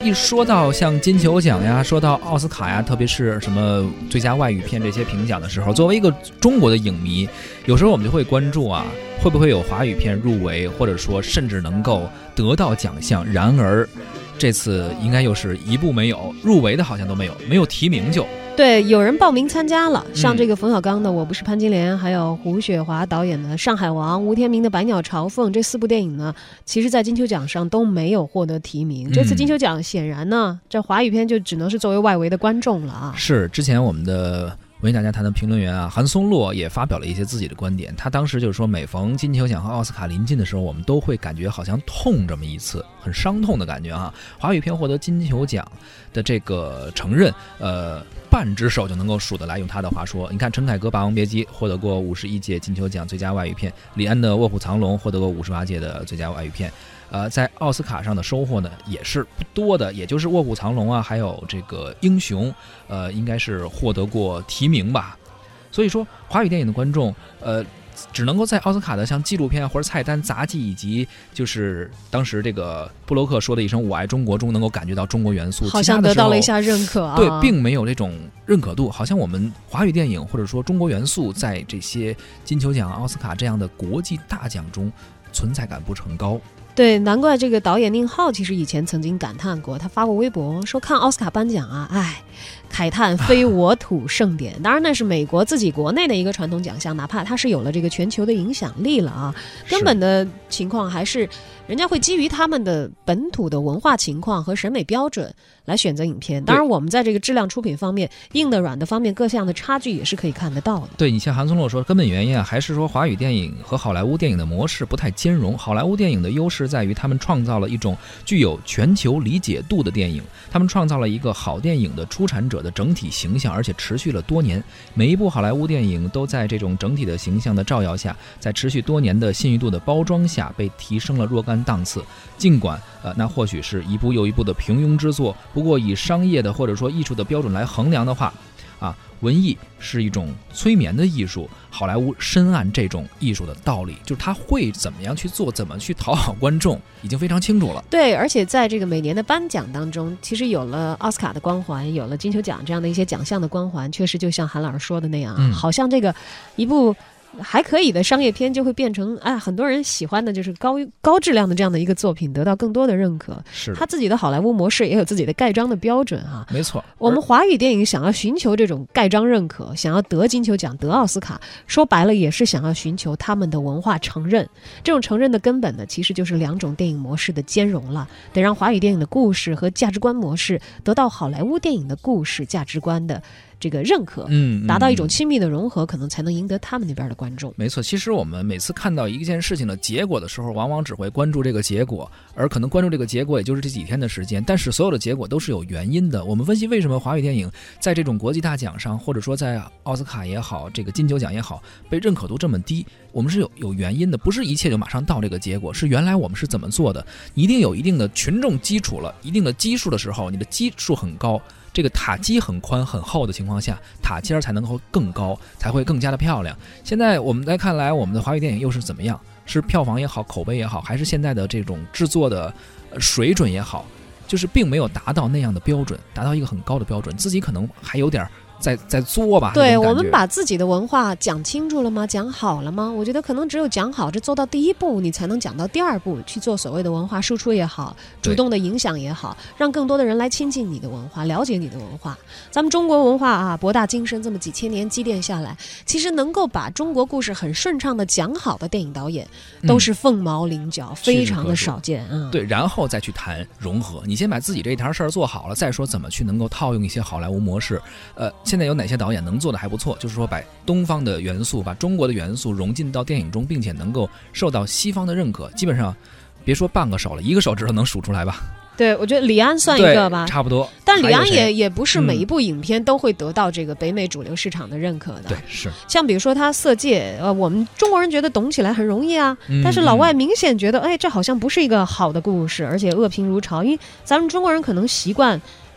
一说到像金球奖呀，说到奥斯卡呀，特别是什么最佳外语片这些评奖的时候，作为一个中国的影迷，有时候我们就会关注啊，会不会有华语片入围，或者说甚至能够得到奖项。然而这次应该又是一部没有入围的，好像都没有提名就。 对，有人报名参加了，像这个冯小刚的《我不是潘金莲》，还有胡雪华导演的《上海王》，吴天明的《百鸟朝凤》，这4部电影呢，其实在金球奖上都没有获得提名。这次金球奖显然呢，这华语片就只能是作为外围的观众了啊。 是，之前我们的文艺大家谈的评论员啊，韩松洛也发表了一些自己的观点。他当时就是说，每逢金球奖和奥斯卡临近的时候，我们都会感觉好像痛这么一次，很伤痛的感觉啊。华语片获得金球奖的这个承认，半只手就能够数得来。用他的话说，你看陈凯歌《霸王别姬》获得过51届金球奖最佳外语片，李安的《卧虎藏龙》获得过58届的最佳外语片。在奥斯卡上的收获呢也是不多的，也就是《卧虎藏龙》啊，还有这个《英雄》，应该是获得过提名吧。所以说，华语电影的观众，只能够在奥斯卡的像纪录片或者菜单、杂技，以及就是当时这个布洛克说的一声"我爱中国"中，能够感觉到中国元素， 好像得到了一下认可啊。 对，并没有这种认可度，好像我们华语电影或者说中国元素在这些金球奖、奥斯卡这样的国际大奖中存在感不是很高。 对，难怪这个导演宁浩其实以前曾经感叹过，他发过微博说看奥斯卡颁奖啊，慨叹非我土盛典。当然那是美国自己国内的一个传统奖项，哪怕它是有了这个全球的影响力了啊，根本的情况还是人家会基于他们的本土的文化情况和审美标准来选择影片。当然我们在这个质量出品方面，硬的软的方面各项的差距也是可以看得到的。 对，你像韩松洛说，根本原因啊，还是说华语电影和好莱坞电影的模式不太兼容。好莱坞电影的优势在于他们创造了一种具有全球理解度的电影，他们创造了一个好电影的出产者的整体形象，而且持续了多年。每一部好莱坞电影都在这种整体的形象的照耀下，在持续多年的信誉度的包装下被提升了若干档次。尽管那或许是一部又一部的平庸之作，不过以商业的或者说艺术的标准来衡量的话文艺是一种催眠的艺术，好莱坞深谙这种艺术的道理，就是他会怎么样去做，怎么去讨好观众，已经非常清楚了。 对，而且在这个每年的颁奖当中，其实有了奥斯卡的光环，有了金球奖这样的一些奖项的光环，确实就像韩老师说的那样好像这个一部还可以的商业片就会变成很多人喜欢的就是高质量的这样的一个作品，得到更多的认可。 是他自己的好莱坞模式也有自己的盖章的标准没错。 我们华语电影想要寻求这种盖章认可，想要得金球奖、得奥斯卡，说白了也是想要寻求他们的文化承认。这种承认的根本呢，其实就是2种电影模式的兼容了，得让华语电影的故事和价值观模式得到好莱坞电影的故事价值观的这个认可，达到一种亲密的融合，可能才能赢得他们那边的观众。 没错，其实我们每次看到一件事情的结果的时候，往往只会关注这个结果，而可能关注这个结果也就是这几天的时间，但是所有的结果都是有原因的。我们分析为什么华语电影在这种国际大奖上，或者说在奥斯卡也好，这个金球奖也好，被认可度这么低，我们是有原因的，不是一切就马上到这个结果，是原来我们是怎么做的。你一定有一定的群众基础了，一定的基数的时候，你的基数很高，这个塔基很宽很厚的情况下，塔尖才能够更高，才会更加的漂亮。现在我们来看来，我们的华语电影又是怎么样？是票房也好，口碑也好，还是现在的这种制作的水准也好，就是并没有达到那样的标准，达到一个很高的标准，自己可能还有点在作吧。 对，我们把自己的文化讲清楚了吗？讲好了吗？我觉得可能只有讲好，这做到第1步，你才能讲到第2步，去做所谓的文化输出也好，主动的影响也好，让更多的人来亲近你的文化，了解你的文化。咱们中国文化博大精深，这么几千年积淀下来，其实能够把中国故事很顺畅的讲好的电影导演，都是凤毛麟角，非常的少见对，然后再去谈融合。你先把自己这一摊事儿做好了，再说怎么去能够套用一些好莱坞模式。现在有哪些导演能做的还不错，就是说把东方的元素，把中国的元素融进到电影中，并且能够受到西方的认可，基本上别说半个手了，1个手指头能数出来吧。 对，我觉得李安算一个吧， 差不多。 但李安也不是每一部影片都会得到这个北美主流市场的认可的。 对，是。 像比如说他《色戒》，我们中国人觉得懂起来很容易啊，但是老外明显觉得，这好像不是一个好的故事，而且恶评如潮。因为咱们中国人可能习惯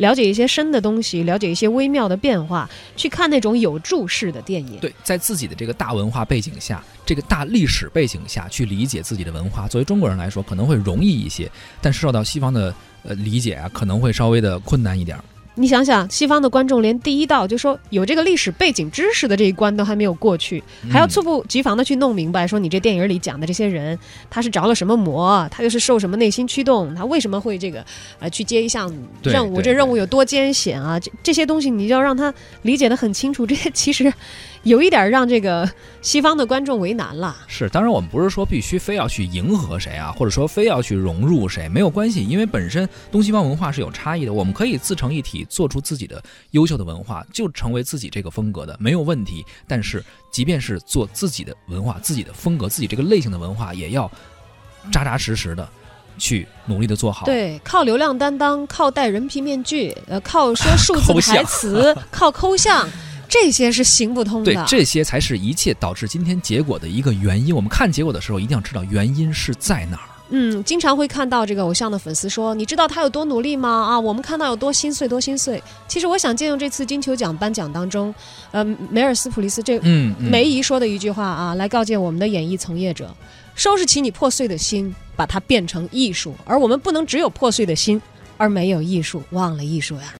了解一些深的东西，了解一些微妙的变化，去看那种有注释的电影。 对，在自己的这个大文化背景下，这个大历史背景下去理解自己的文化，作为中国人来说可能会容易一些，但是受到西方的理解啊，可能会稍微的困难一点。 你想想，西方的观众连第一道就说有这个历史背景知识的这一关都还没有过去，还要猝不及防的去弄明白，说你这电影里讲的这些人，他是着了什么魔，他又是受什么内心驱动，他为什么会这个去接一项任务，这任务有多艰险啊，这些东西你就要让他理解得很清楚，这其实有一点让这个西方的观众为难了。 是，当然我们不是说必须非要去迎合谁啊，或者说非要去融入谁，没有关系，因为本身东西方文化是有差异的，我们可以自成一体，做出自己的优秀的文化，就成为自己这个风格的，没有问题。但是即便是做自己的文化、自己的风格、自己这个类型的文化，也要扎扎实实的去努力的做好。 对，靠流量担当，靠戴人皮面具，靠说数字台词，靠抠像，这些是行不通的。 对，这些才是一切导致今天结果的一个原因。我们看结果的时候，一定要知道原因是在哪儿。 经常会看到这个偶像的粉丝说：“你知道他有多努力吗？啊，我们看到有多心碎，多心碎。”其实我想借用这次金球奖颁奖当中，梅尔斯普利斯这梅姨说的一句话啊，来告诫我们的演艺从业者：收拾起你破碎的心，把它变成艺术。而我们不能只有破碎的心，而没有艺术，忘了艺术呀。